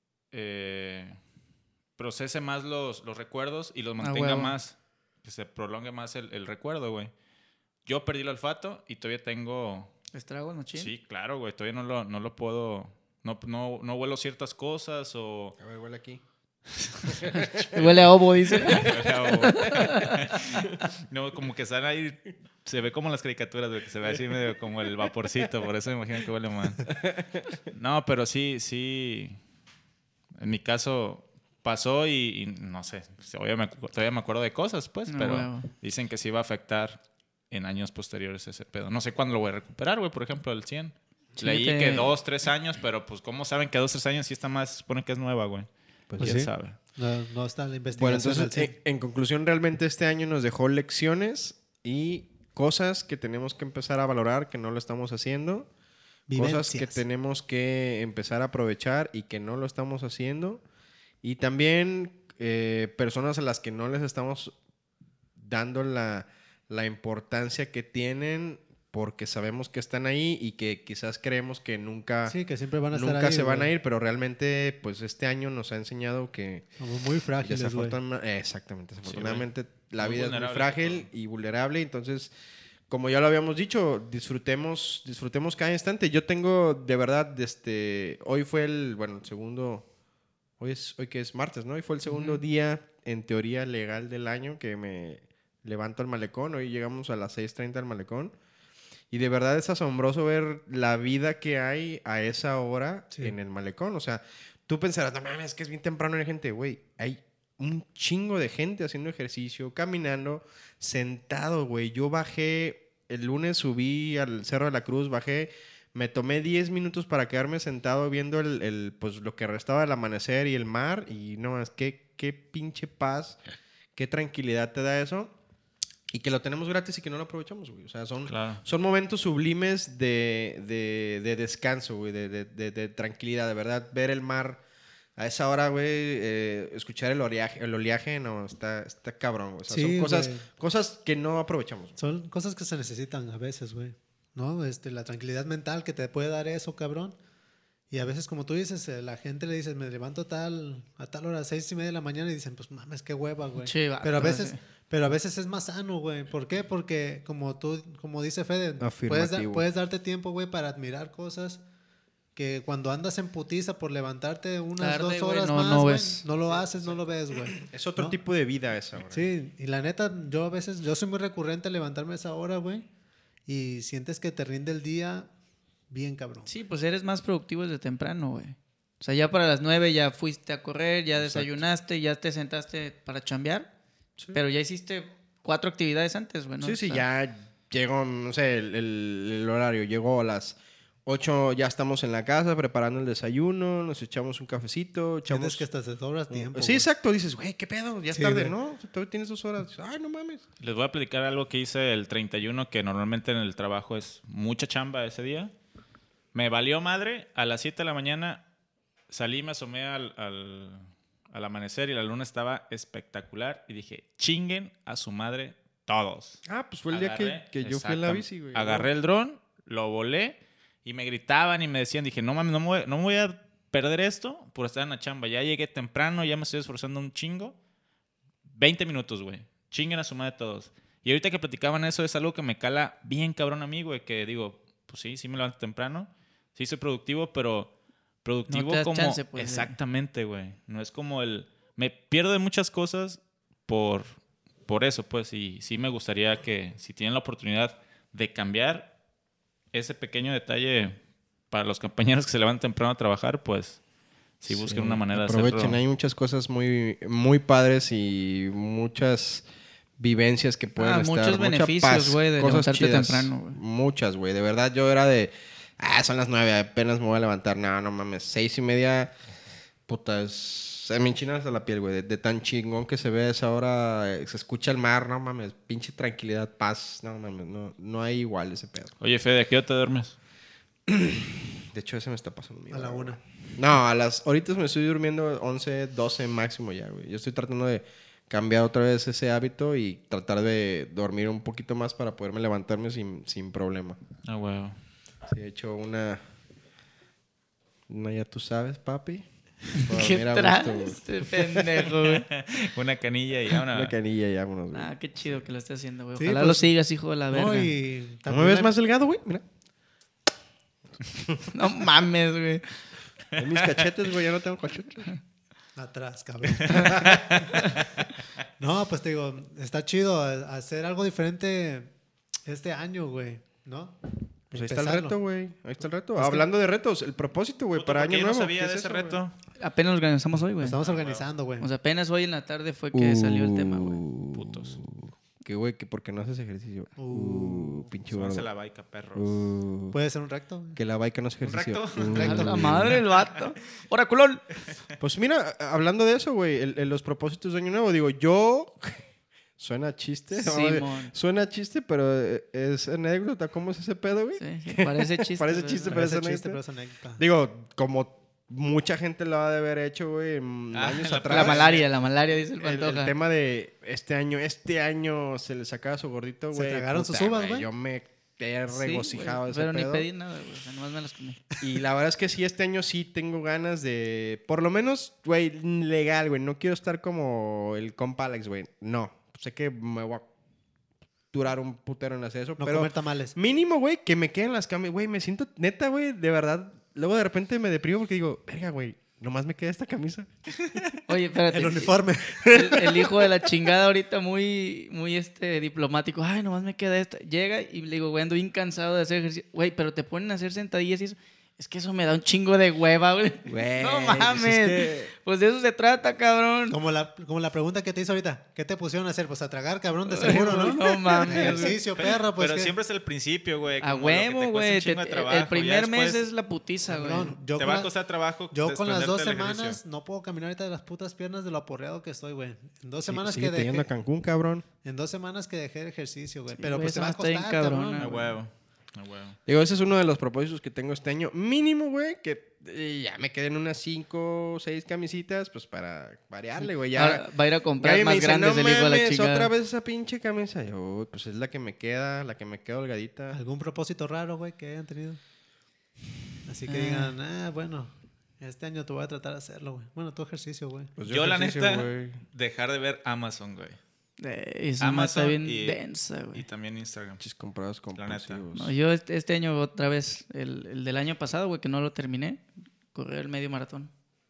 eh, procese más los, los recuerdos y los mantenga huevo. más. Que se prolongue más el, el recuerdo, güey. Yo perdí el olfato y todavía tengo... ¿Estragos, machín? Sí, claro, güey. Todavía no lo, no lo puedo... No, no, no huelo ciertas cosas o... A ver, huele aquí. Huele a ovo, dice. No, como que están ahí. Se ve como en las caricaturas, güey, que se ve así medio como el vaporcito. Por eso me imagino que huele mal. No, pero sí, sí. En mi caso pasó y, y no sé. Todavía me, todavía me acuerdo de cosas, pues. No, pero huevo. dicen que sí va a afectar en años posteriores ese pedo. No sé cuándo lo voy a recuperar, güey, por ejemplo, el cien. Sí, Leí te- que dos, tres años, pero pues, ¿cómo saben que dos, tres años sí está más? Se supone que es nueva, güey. Pues Pues ¿Quién sí. sabe? No, no está la Bueno, investigación. entonces, al en, cien. en conclusión, realmente este año nos dejó lecciones y cosas que tenemos que empezar a valorar que no lo estamos haciendo. Cosas que Vivencias. tenemos que empezar a aprovechar y que no lo estamos haciendo. Y también eh, personas a las que no les estamos dando la, la importancia que tienen porque sabemos que están ahí y que quizás creemos que nunca, Sí, que siempre van a estar nunca ahí, se van güey. a ir, pero realmente pues este año nos ha enseñado que Somos muy frágiles, güey. desafortuna- eh, exactamente, güey. desafortunadamente la Muy vida es muy vulnerable frágil sobre todo. y vulnerable, entonces como ya lo habíamos dicho, disfrutemos, disfrutemos cada instante. Yo tengo, de verdad, este, hoy fue el, bueno, el segundo, hoy es, hoy que es martes, ¿no? Hoy fue el segundo Ujú. día, en teoría, legal del año que me levanto al malecón. Hoy llegamos a las seis treinta al malecón. Y de verdad es asombroso ver la vida que hay a esa hora Sí. en el malecón. O sea, tú pensarás, no mames, es que es bien temprano y hay gente. Güey, hay un chingo de gente haciendo ejercicio, caminando, sentado, güey. Yo bajé, el lunes subí al Cerro de la Cruz, bajé, me tomé diez minutos para quedarme sentado viendo el, el, pues, lo que restaba del amanecer y el mar. Y no más, qué, qué pinche paz, qué tranquilidad te da eso. Y que lo tenemos gratis y que no lo aprovechamos, güey. O sea, son, Claro. son momentos sublimes de, de, de descanso, güey, de, de, de, de tranquilidad, de verdad. Ver el mar a esa hora, güey, eh, escuchar el oleaje, el oleaje, no, está, está cabrón, güey. O sea, Sí, son cosas, güey. cosas que no aprovechamos. Son cosas que se necesitan a veces, güey. ¿No? Este, la tranquilidad mental que te puede dar eso, cabrón. Y a veces, como tú dices, eh, la gente le dice, me levanto tal, a tal hora, a seis y media de la mañana, y dicen, pues mames, qué hueva, güey. Sí, va, pero a pues, veces, sí. pero a veces es más sano, güey. ¿Por qué? Porque como tú, como dice Fede, puedes, da- Afirmativo. puedes darte tiempo, güey, para admirar cosas que cuando andas en putiza por levantarte unas Tarde, dos güey, horas no- más, no güey, ves. no lo haces, no lo ves, güey. Es otro ¿No? tipo de vida esa, güey. Sí, y la neta, yo a veces, yo soy muy recurrente a levantarme a esa hora, güey. Y sientes que te rinde el día Bien cabrón. Sí, pues eres más productivo desde temprano, güey. O sea, ya para las nueve ya fuiste a correr, ya Exacto. desayunaste, ya te sentaste para chambear. Pero ya hiciste cuatro actividades antes, güey, ¿no? Sí, sí, O sea, ya llegó, no sé, el, el- el horario. Llegó a las ocho, ya estamos en la casa preparando el desayuno, nos echamos un cafecito, Sientes echamos... que hasta te sobras tiempo. Sí, güey. exacto. Dices, güey, ¿qué pedo? Ya es Sí, tarde, güey. ¿no? Todavía tienes dos horas. Ay, no mames. Les voy a platicar algo que hice el treinta y uno, que normalmente en el trabajo es mucha chamba ese día. Me valió madre. A las siete de la mañana salí, me asomé al, al, al amanecer y la luna estaba espectacular. Y dije, chinguen a su madre todos. Ah, pues fue el día que, Agarré- que yo fui en la exactam- bici, güey. Agarré el dron, lo volé y me gritaban y me decían, dije, no mames, no me voy, no me voy a perder esto por estar en la chamba. Ya llegué temprano, ya me estoy esforzando un chingo. veinte minutos, güey. Chinguen a su madre todos. Y ahorita que platicaban eso, es algo que me cala bien cabrón a mí, güey. Que digo, pues sí, sí me levanto temprano. Sí soy productivo, pero productivo No te das como... chance, pues, de- Exactamente, güey. No es como el... Me pierdo de muchas cosas por, por eso, pues. Y sí me gustaría que, si tienen la oportunidad de cambiar ese pequeño detalle para los compañeros que se levantan temprano a trabajar, pues sí busquen Sí, una manera de aprovechen, hacerlo. hay muchas cosas muy, muy padres y muchas vivencias que pueden Ah, estar. muchos mucha beneficios, paz, güey, de cosas levantarte chidas. temprano, güey. Muchas, güey. De verdad, yo era de, ah, son las nueve, apenas me voy a levantar. No, no mames, seis y media, puta, es- se me enchina hasta la piel, güey. De, de tan chingón que se ve a esa hora, eh, se escucha el mar, no mames, pinche tranquilidad, paz, no mames, no, no hay igual ese pedo. Oye, Fede, ¿a qué hora te duermes? De hecho, ese me está pasando A la una. No, a las ahorita me estoy durmiendo once, doce máximo ya, güey. Yo estoy tratando de cambiar otra vez ese hábito y tratar de dormir un poquito más para poderme levantarme sin, sin problema. Ah, huevo. Sí, he hecho una... Una ya tú sabes, papi. Para ¿Qué dormir a traes, gusto, güey. este pendejo, güey? Una canilla y ya una... Una canilla y vámonos, güey. Ah, qué chido que lo estés haciendo, güey. Sí, Ojalá pues, lo sigas, hijo de la verga. No, No, y ¿No también me ves hay- más delgado, güey? Mira. mames, güey. En mis cachetes, güey, ya no tengo cachetes. Atrás, cabrón. No, pues te digo, está chido a- hacer algo diferente este año, güey, ¿no? Pues ahí está el Empezarlo. reto, güey. Ahí está el reto. Es que- Hablando de retos, el propósito, güey, Puto, para ¿por qué año yo nuevo. no sabía ¿Qué de es ese eso, reto. Apenas lo organizamos hoy, Lo güey. estamos organizando, güey. O sea, apenas hoy en la tarde fue que salió el tema, güey. Putos. Que, güey, que porque no haces ejercicio. Uh, Uh, pinche Súbanse gordo. la baica, perros. Uh, Puede ser un recto. güey. que la baica no hace ¿Un ejercicio. recto? Uh. recto. A la madre el vato. ¡Hora, culón! Pues mira, hablando de eso, güey, el- el- los propósitos de año nuevo, digo, yo... Suena chiste. ¿no? Simón. Suena chiste, pero eh, es anécdota. ¿Cómo es ese pedo, güey? Sí, sí, parece chiste. Parece güey. chiste, Parece pero es chiste, anécdota. pero es anécdota. Digo, como mucha gente lo ha de haber hecho, güey, en Ah, años la- atrás. La malaria, la malaria, dice el El, el Pantoja. tema de este año, este año se le sacaba su gordito, Se güey. tragaron sus puta, uvas, güey. Yo me he Sí, regocijado güey, de ese pero pedo. ni pedí nada, güey. O sea, nomás me las comí. Y la verdad es que sí, este año sí tengo ganas de, por lo menos, güey, legal, güey. No quiero estar como el compa Alex, güey. No, sé que me voy a durar un putero en hacer eso, No pero comer tamales. mínimo, güey, que me queden las camisas. Güey, me siento neta, güey, de verdad. Luego de repente me deprimo porque digo, verga, güey, nomás me queda esta camisa. Oye, espérate. El uniforme. El, el hijo de la chingada ahorita muy, muy este, diplomático. Ay, nomás me queda esta. Llega y le digo, güey, ando bien cansado de hacer ejercicio. Güey, pero te ponen a hacer sentadillas y eso. Es que eso me da un chingo de hueva, güey. Güey, No pues mames. es que- Pues de eso se trata, cabrón. Como la, como la pregunta que te hice ahorita. ¿Qué te pusieron a hacer? Pues a tragar, cabrón, de seguro, ¿no? No mames. Ejercicio, perro, pues. Pero ¿qué? siempre es el principio, güey. A como lo que te huevo, cuesta un güey. chingo Te- de trabajo. El Ya primer mes después es la putiza, güey. Cabrón, yo te con va a la- costar trabajo Yo con las dos desprenderte del semanas ejercicio. no puedo caminar ahorita de las putas piernas de lo aporreado que estoy, güey. En dos semanas Sigue que yendo a dejé, Cancún, cabrón. en dos semanas que dejé el ejercicio, güey. Sí, Pero güey, pues te esa va a está bien costar, cabrona, cabrón. A huevo. A huevo. Digo, ese es uno de los propósitos que tengo este año. Mínimo, güey, que eh, ya me queden unas cinco o seis camisitas, pues para variarle, güey. Ya, Ahora va a ir a comprar Gaby me más dice, grandes "No el hijo de la mames, chingada. otra vez esa pinche camisa. Yo, "Uy, pues es la que me queda, la que me queda holgadita. ¿Algún propósito raro, güey, que hayan tenido? Así que Ah. digan, ah, bueno, este año te voy a tratar de hacerlo, güey. Bueno, tu ejercicio, güey. Pues Yo, la ejercicio, neta, güey. dejar de ver Amazon, güey. Eh, esa madre está Amazon bien y- densa, Y güey. también Instagram. Pinches comprados La neta. compulsivos. No, yo este, este año otra vez, el, el del año pasado, güey, que no lo terminé, corrí el medio maratón.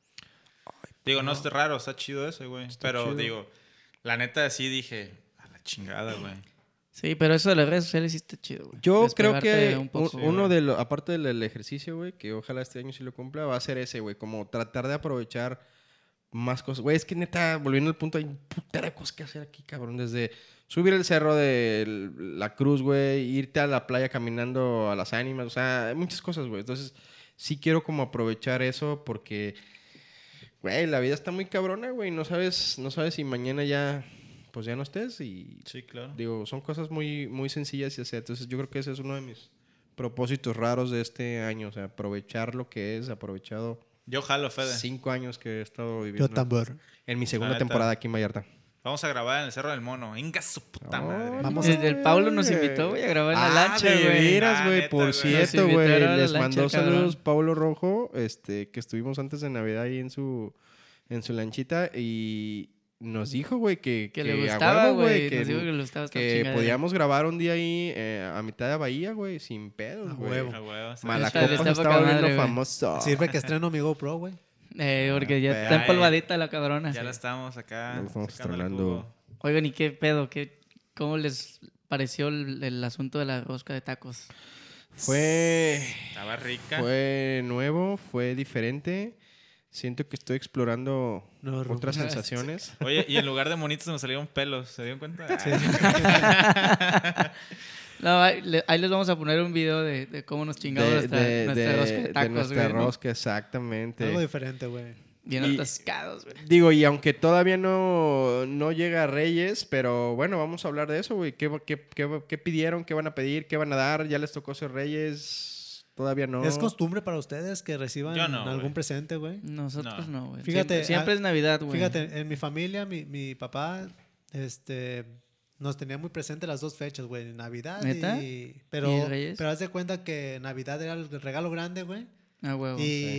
Digo, no, está raro, está chido ese, güey. Pero chido. digo, la neta sí dije, a la chingada, güey. Sí, pero eso de las redes sociales sí está chido, güey. Yo creo Despegarte que un poco. un- Sí, uno güey. de los, aparte del ejercicio, güey, que ojalá este año sí lo cumpla, va a ser ese, güey, como tratar de aprovechar más cosas. Güey, es que neta, volviendo al punto, hay un putero de cosas que hacer aquí, cabrón. Desde subir el cerro de l- la Cruz, güey, irte a la playa caminando a las ánimas, o sea, hay muchas cosas, güey. Entonces, sí quiero como aprovechar eso porque, güey, la vida está muy cabrona, güey. No sabes, no sabes si mañana ya, pues ya no estés y Sí, claro. digo, son cosas muy, muy sencillas de hacer. Entonces, yo creo que ese es uno de mis propósitos raros de este año. O sea, aprovechar lo que es, aprovechado Yo jalo, Fede. cinco años que he estado viviendo Yo tambor. en mi segunda La neta. temporada aquí en Vallarta. Vamos a grabar en el Cerro del Mono. Inga su puta Oh, madre. Vamos El, el Pablo nos invitó, güey, a grabar en la Ah, lancha, de güey. veras, Ah, güey. neta, Por güey. cierto, Nos güey. invitaron a la Les lancha, mandó cabrón. saludos Pablo Rojo, este, que estuvimos antes de Navidad ahí en su, en su lanchita y nos dijo, güey, que, Que que le a gustaba, huevo, güey. que, Nos dijo que le gustaba esta que chingadera. podíamos grabar un día ahí eh, a mitad de bahía, güey, sin pedos, A güey. huevo. A huevo, sí. Malacopa Está- se está está poca volviendo madre, güey. famoso. Sirve que estreno mi GoPro, güey. Eh, porque ya Pero- está empolvadita la cabrona. Ya Sí. la estamos acá. Lo estamos sacándole estrenando. jugo. Oigan, ¿y qué pedo? ¿Qué, ¿Cómo les pareció el, el asunto de la rosca de tacos? Fue, Estaba rica. fue nuevo, fue diferente. Siento que estoy explorando No, otras Rubén. sensaciones. Oye, y en lugar de monitos me salieron pelos. ¿Se dieron cuenta? No, ahí, le- ahí les vamos a poner un video de, de cómo nos chingamos De, nuestra, de- nuestra de- rosca de de tacos, nuestra güey. ¿no? rosca, exactamente. Algo diferente, güey. Bien Y- atascados, güey. Digo, y aunque todavía no, no llega a Reyes, pero bueno, vamos a hablar de eso, güey. ¿Qué, qué, qué, qué pidieron? ¿Qué van a pedir? ¿Qué van a dar? ¿Ya les tocó ser Reyes? Todavía no. ¿Es costumbre para ustedes que reciban Yo no, algún güey. presente, güey? Nosotros no, güey. Fíjate, Siempre, siempre ah, es Navidad, güey. Fíjate, en mi familia, mi, mi papá, este, nos tenía muy presente las dos fechas, güey, Navidad ¿Neta? y... Pero, ¿Y Reyes? pero haz de cuenta que Navidad era el regalo grande, güey, Ah, huevo.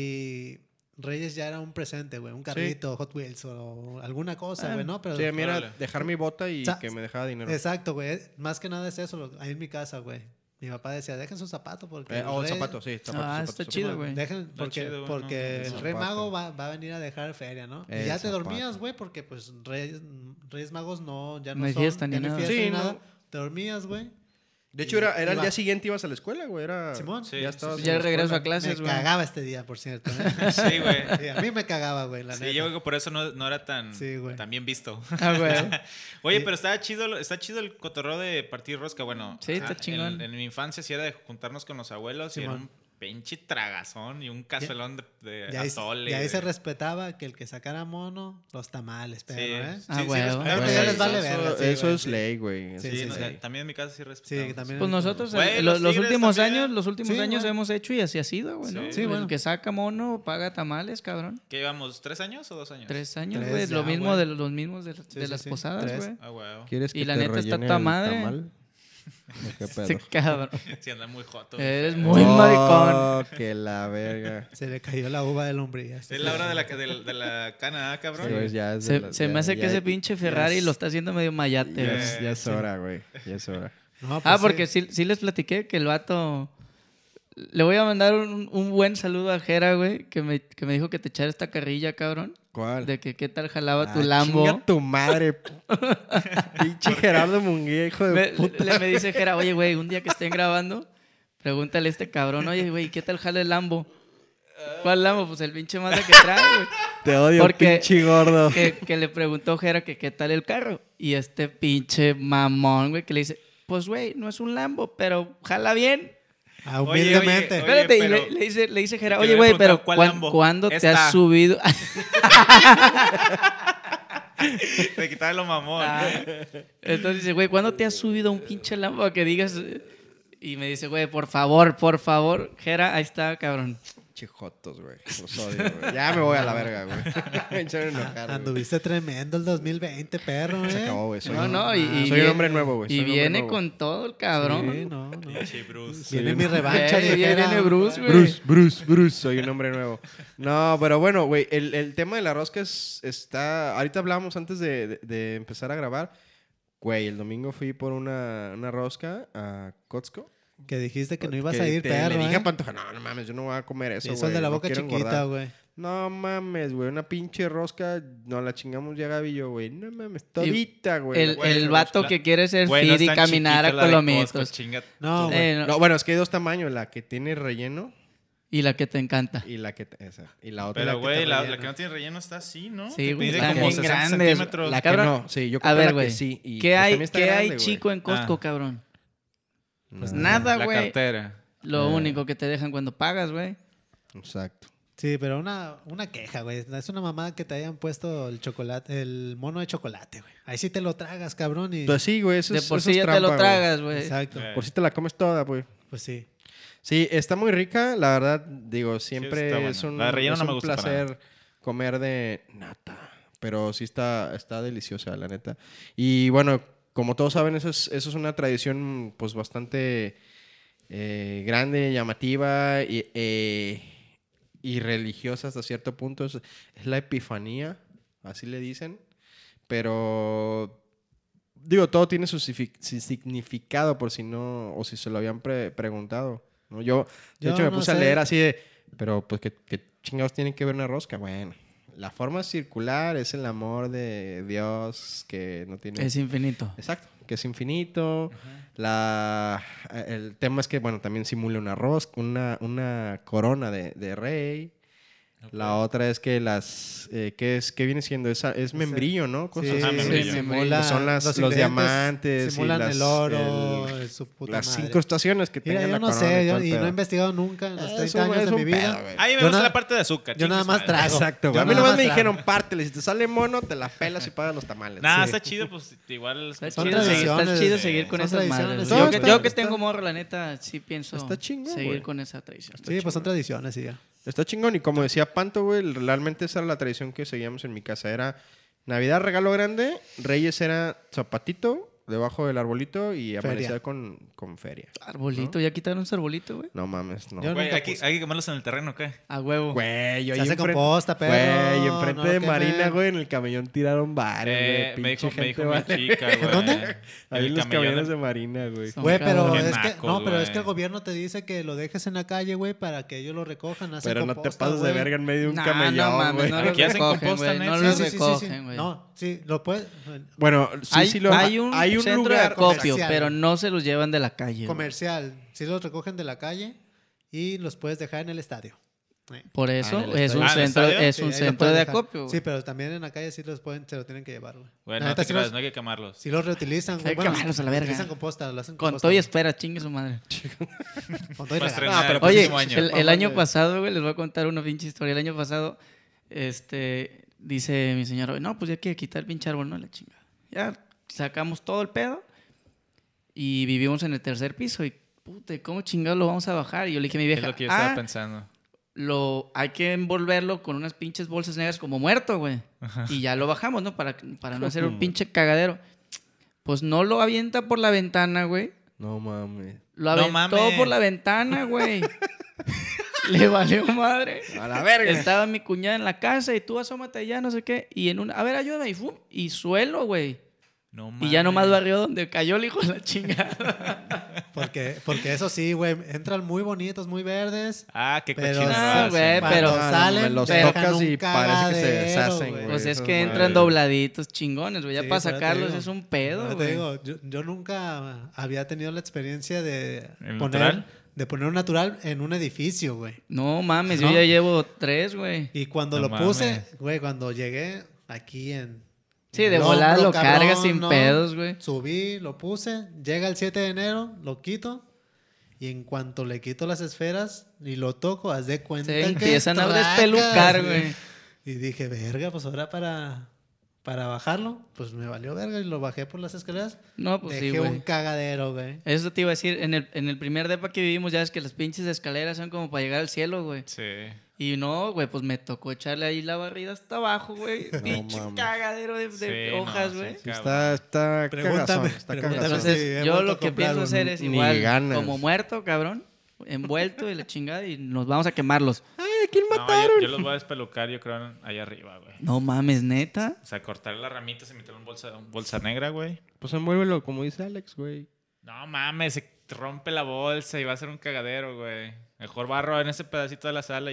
y Reyes ya era un presente, güey, un carrito, Hot Wheels o alguna cosa, Ah, güey, ¿no? Pero, Sí, a mí era Órale. dejar mi bota y Sa- que me dejara dinero. exacto, güey, más que nada es eso, lo- ahí en mi casa, güey. Mi papá decía, dejen sus zapatos porque... Eh, el oh, rey- zapatos, sí. Zapatos, Ah, zapatos, está zapatos. chido, güey. Dejen, porque, chido, güey, porque no, el no, Rey zapato. Mago va, va a venir a dejar feria, ¿no? Y El ya te zapato. dormías, güey, porque pues Reyes, Reyes Magos no, ya no, No hay son, fiesta ya ni no hay nada. fiesta Sí, ni no. nada. Te dormías, güey. De hecho, era, era el Iba- día siguiente ibas a la escuela, güey. Era, Simón. Sí, ya sí, estabas sí. en Ya la regreso escuela. a clases, Me güey. cagaba este día, por cierto. ¿eh? Sí, güey. Sí, a mí me cagaba, güey, la Sí, neta. yo creo que por eso no, no era tan, Sí, güey. tan bien visto. Ah, güey. Oye, Sí. pero está chido, lo- está chido el cotorreo de partir rosca. Bueno, Sí, está ah, chingón. En, en mi infancia sí era de juntarnos con los abuelos y era Simón. un pinche tragazón y un cazuelón de, de Y ahí, atole. y ahí de- se respetaba que el que sacara mono, los tamales, pero, Sí, ¿eh? sí, Ah, sí, güey, respetaba. Ahorita ya les vale Eso- verga, sí, Eso güey, es sí. ley, güey. Sí, Eso Sí, es no, ley. también en mi casa sí respetamos. Sí, también. Pues nosotros, Güey, el- los los, tigres últimos también. años, los últimos Sí, años güey. hemos hecho y así ha sido, güey, ¿no? Sí. Sí, El bueno. que saca mono paga tamales, cabrón. ¿Qué llevamos? ¿Tres años o dos años? Tres años, Tres güey. Lo ya, mismo güey. de los mismos de, de sí, las sí. posadas, Tres. güey. Ah, güey. ¿Quieres que Y la te neta está rellene toda el madre. tamal? ¿O qué pedo? Este cabrón. Sí, anda muy joto. Eres güey. muy oh, maricón. que la verga. Se le cayó la uva de lombría. Es la hora de la, de, la- de la cana, ¿ah, cabrón? Sí, güey, ya es de Se, la- se ya- me hace que ya- ese pinche Ferrari es- lo está haciendo medio mayate, Ya güey. es, ya es hora, güey. Ya es hora. No, pues Ah, sí. porque sí, sí les platiqué que el vato... Le voy a mandar un, un buen saludo a Jera, güey, que me, que me dijo que te echara esta carrilla, cabrón. ¿Cuál? De que qué tal jalaba tu Ah, Lambo. Chinga tu madre. Pinche Gerardo Munguía, hijo de Me, puta. le- me dice Jera, oye, güey, un día que estén grabando, pregúntale a este cabrón, oye, güey, ¿qué tal jala el Lambo? ¿Cuál Lambo? Pues el pinche Mazda que trae, güey. Te odio, porque- pinche gordo. Que, que le preguntó Jera que qué tal el carro. Y este pinche mamón, güey, que le dice, pues, güey, no es un Lambo, pero jala bien. Ah, Oye, oye, humildemente. oye, Espérate, pero- y le, le dice, le dice Jera, que oye, le güey, había pero preguntado, ¿cuál ¿cuán- Lambo? ¿cuándo te Esta. has subido? Te quitaba lo mamón. Ah, entonces dice, güey, ¿cuándo te has subido a un pinche Lambo a que digas? Y me dice, güey, por favor, por favor, Jera, ahí está, cabrón. Chijotos, güey. Los odio, güey. Ya me voy a la verga, güey. Me echaron a enojar, güey. Anduviste tremendo el dos mil veinte, perro, ¿eh? Se acabó, güey. Soy, No, un- no, y, y soy un viene- hombre nuevo, güey. Y soy un hombre viene nuevo. con todo el cabrón. Sí, no, no. Pinche Bruce. Viene Sí. mi revancha, Eh, dijera. viene Bruce, güey. Bruce, Bruce, Bruce. Soy un hombre nuevo. No, pero bueno, güey. El, el tema de la rosca es, está... Ahorita hablábamos antes de, de- de empezar a grabar. Güey, el domingo fui por una, una rosca a Costco. Que dijiste que no ibas a ir, te- perro, Le dije ¿eh? a Pantoja, no, no mames, yo no voy a comer eso, Sí, güey. eso el de la no boca quiero chiquita, engordar". güey. No mames, güey. Una pinche rosca. Nos la chingamos ya Gaby y yo, güey. No mames. Todita, güey. El, Güey, el la vato la- que quiere ser Güey, no fit y es tan caminar chiquita a la de Costco, colomitos. chinga. No, güey. Eh, no. No, bueno, es que hay dos tamaños. La que tiene relleno Y la que te encanta. y la que... te- esa. Y la otra. la Pero, que güey, te la, rellena. la que no tiene relleno está así, ¿no? Sí, Te güey, pide están como bien sesenta grandes. centímetros. La que Cabrón. no. Sí, yo A compré ver, la güey. que sí. y, ¿Qué pues, hay, también está ¿qué hay grande, güey. chico en Costco, Ah. cabrón? Pues Nada. nada, La güey. cartera. Lo Eh. único que te dejan cuando pagas, güey. Exacto. Sí, pero una, una queja, güey. Es una mamada que te hayan puesto el chocolate, el mono de chocolate, güey. Ahí sí te lo tragas, cabrón. Y... Pues sí, güey. Eso De es, por eso sí es ya te lo trampa, güey. tragas, güey. Exacto. Eh. Por si te la comes toda, güey. Pues sí. Sí, está muy rica, la verdad, digo, siempre está buena. es un, La de relleno es no me un gusta para placer comer de nata, pero sí está, está deliciosa, la neta. Y bueno, como todos saben, eso es, eso es una tradición pues bastante eh, grande, llamativa y, eh, y religiosa hasta cierto punto. Es, es la Epifanía, así le dicen, pero... Digo, todo tiene su, sifi- su significado por si no, o si se lo habían pre- preguntado. ¿no? Yo, de Yo hecho, me no puse a sé. leer así de, pero pues, ¿qué, qué chingados tiene que ver una rosca? Bueno, la forma circular es el amor de Dios que no tiene... Es infinito. Exacto, que es infinito. La, el tema es que, bueno, también simula una rosca, una, una corona de, de rey. La otra es que las... Eh, ¿qué, es, ¿Qué viene siendo? Esa, es membrillo, ¿no? Cosas Sí, Ah, así. membrillo. simula- Que son las- los ingredientes diamantes y Simulan las- el oro, el- su puta Las madre. incrustaciones que Mira, tengan yo la no corona sé, y yo, todo el y no pedo. he investigado nunca en los Es treinta un- años es de un mi vida. pedo, güey. A mí me Yo gusta na- la parte de azúcar. yo nada chingue su más madre. trago. Exacto, güey. Yo A mí nada nomás más me trago. dijeron, pártele. Si te sale mono, te la pelas y pagas los tamales. Nah, Sí. está chido, pues igual. Está Son chido, seguir, está tradiciones, chido eh, seguir con son esas madres. tradiciones. güey. No, Yo, que, está- yo que está- tengo morro, la neta, sí pienso Está chingón, seguir güey. con esa tradición. Sí, pues son tradiciones y ya. Está chingón. Y como decía Panto, güey, realmente esa era la tradición que seguíamos en mi casa. Era Navidad, regalo grande. Reyes era zapatito debajo del arbolito y Feria. amanecer con, con feria. Arbolito, ya quitaron su arbolito, güey. No mames, no. Yo Güey, nunca hay que, puse. hay que quemarlos en el terreno, ¿qué? A huevo. Güey, yo Se ahí hace enfrente- composta, perro. Güey, enfrente no de quemen. Marina, güey, en el camellón tiraron varios, Eh, güey. me dijo, pinche me dijo gente, mi vale. chica, güey. ¿Dónde? Ahí En en el los camellón camiones de- de Marina, güey. Son Güey, pero cabrones. es Qué que nacos, no, pero es güey. que el gobierno te dice que lo dejes en la calle, güey, para que ellos lo recojan. hacen Pero no te composta, pases de güey. verga en medio de un Nah, camellón, no mames, güey. no lo Aquí hacen recogen, composta, güey. ¿neta? No Sí, lo sí, sí, sí, sí. recogen, güey. No, sí, lo puedes. Bueno, sí, hay, sí lo hay un, hay un centro lugar de acopio, comercial. pero no se los llevan de la calle. güey. Comercial. Sí los recogen de la calle y los puedes dejar en el estadio. Eh. Por eso Ah, en el es un estadio. Ah, ¿en el centro, estadio? es Sí, un ahí lo centro puedes de dejar. acopio. güey. Sí, pero también en la calle sí los pueden, se lo tienen que llevar, güey. Güey, La no neta, te sí creas, los- no hay que quemarlos. Sí los reutilizan. Hay que bueno, quemarlos a la verga. Utilizan composta, lo hacen Con composta. todo y espera, chingue su madre. Con todo y Para regalo. estrenar No, pero el pues Oye, próximo año. el, el Mamá, año güey. pasado, güey, les voy a contar una pinche historia. El año pasado, este, dice mi señora, no, pues ya hay que quitar el pinche árbol, no, la chingada. Ya sacamos todo el pedo y vivimos en el tercer piso y, puta, ¿cómo chingado lo vamos a bajar? Y yo le dije a mi Es vieja, lo que yo estaba ah, pensando. lo, hay que envolverlo con unas pinches bolsas negras como muerto, güey. Y ya lo bajamos, ¿no? Para, para no hacer un pinche cagadero. Pues no lo avienta por la ventana, güey. No mames. Lo No aventó mames. por la ventana, güey. Le valió madre. A la verga. Estaba mi cuñada en la casa y tú asómate allá, no sé qué. Y en una, a ver, ayúdame. Y, ¡fum! Y suelo, güey. No Y ya mames. nomás barrió donde cayó el hijo de la chingada. Porque, porque eso sí, güey, entran muy bonitos, muy verdes. Ah, qué Pero cochinos. No, hacen. güey, Cuando pero- salen, me los dejan tocas un y parece que se cagadero, deshacen, güey. Pues es Esas que entran madres. dobladitos chingones, güey. Ya Sí, para pero te sacarlos digo, es un pedo, pero te güey. digo, yo, yo nunca había tenido la experiencia de ¿El poner, natural? de poner un natural en un edificio, güey. No mames, ¿No? yo ya llevo tres, güey. Y cuando No lo puse, mames. güey, cuando llegué aquí en... Sí, en de el volada hombro, lo cabrón, cargas sin ¿no? pedos, güey. Subí, lo puse, llega el siete de enero, lo quito. Y en cuanto le quito las esferas y lo toco, haz de cuenta Se que empiezan a tracas, despelucar, güey. Y dije, verga, pues ahora para, para bajarlo, pues me valió verga y lo bajé por las escaleras. No, pues sí, Dejé güey. un cagadero, güey. Eso te iba a decir, en el, en el primer depa que vivimos, ya es que las pinches escaleras son como para llegar al cielo, güey. Sí. Y no, güey, pues me tocó echarle ahí la barrida hasta abajo, güey. Pinche mames. cagadero de, de Sí, hojas, no, güey. sí, Está, está Pregúntame, cagazón, está pregúntame. cagazón. Sí, Entonces, he yo vuelto lo a que pienso comprarlo, hacer es ni igual, ganas. como muerto, cabrón, envuelto y la chingada, y nos vamos a quemarlos. Ay, ¿a quién No, mataron? yo, yo los voy a despelucar, yo creo, allá arriba, güey. No mames, neta. O sea, cortar las ramitas y meterlo en bolsa, bolsa negra, güey. Pues envuélvelo, como dice Alex, güey. No mames, se rompe la bolsa y va a ser un cagadero, güey. Mejor barro en ese pedacito de la sala y ya.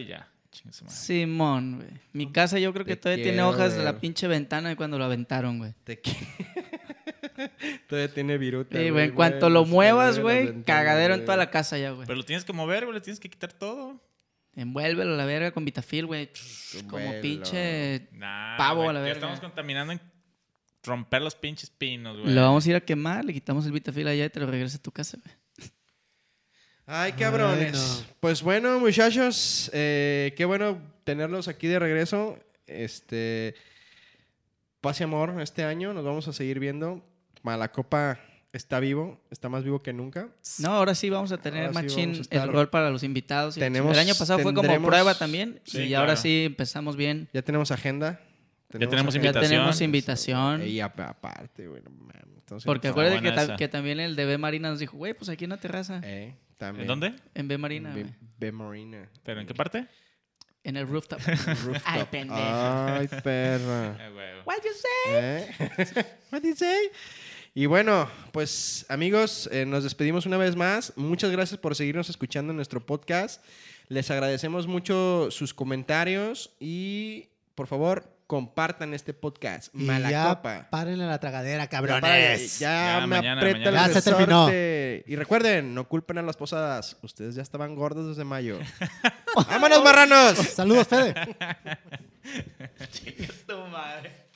Chinga su madre. Simón, güey. Mi casa yo creo que Te todavía tiene quiero hojas de ver. la pinche ventana de cuando lo aventaron, güey. Te qui- Todavía tiene viruta. Sí, güey, en cuanto Bueno, lo se muevas, mueve las güey, ventanas, cagadero en güey. toda la casa ya, güey. Pero lo tienes que mover, güey. Le tienes que quitar todo. Envuélvelo a la verga con Vitafil, güey. Como Envuélvelo. pinche... Nah, Pavo güey, a la ya verga. estamos contaminando en romper los pinches pinos, güey. Lo vamos a ir a quemar, le quitamos el Vitafil allá y te lo regresas a tu casa, güey. Ay, cabrones. Bueno. Pues bueno, muchachos, eh, qué bueno tenerlos aquí de regreso. Este, paz y amor este año. Nos vamos a seguir viendo. Malacopa está vivo, está más vivo que nunca. No, ahora sí vamos a tener Ahora sí machín vamos a estar- el rol para los invitados. y la Tenemos- chingada. el año pasado fue como tendremos- prueba también Sí, y ahora claro. sí empezamos bien. Ya tenemos agenda. tenemos agenda. Ya Invitación. tenemos invitación. Y ap- aparte, güey, no mames. Entonces, Porque No, acuérdate que, buena ta- esa. que también el de B Marina nos dijo, güey, pues aquí en la terraza. eh, también. ¿En dónde? En B Marina, B, güey. B Marina. ¿Pero en qué parte? En el rooftop. Rooftop. Ay, pendejo. Ay, perra. Eh, güey. What you say? ¿Eh? What did you say? Y bueno, pues amigos, eh, nos despedimos una vez más. Muchas gracias por seguirnos escuchando en nuestro podcast. Les agradecemos mucho sus comentarios y por favor compartan este podcast. Y Mala ya copa. párenle la tragadera, Ya, cabrones. ya Ya, me mañana, aprieta mañana. el Ya se terminó. resorte. Y recuerden, no culpen a las posadas. Ustedes ya estaban gordos desde mayo. ¡Vámonos, marranos! Saludos, Fede. Tu madre.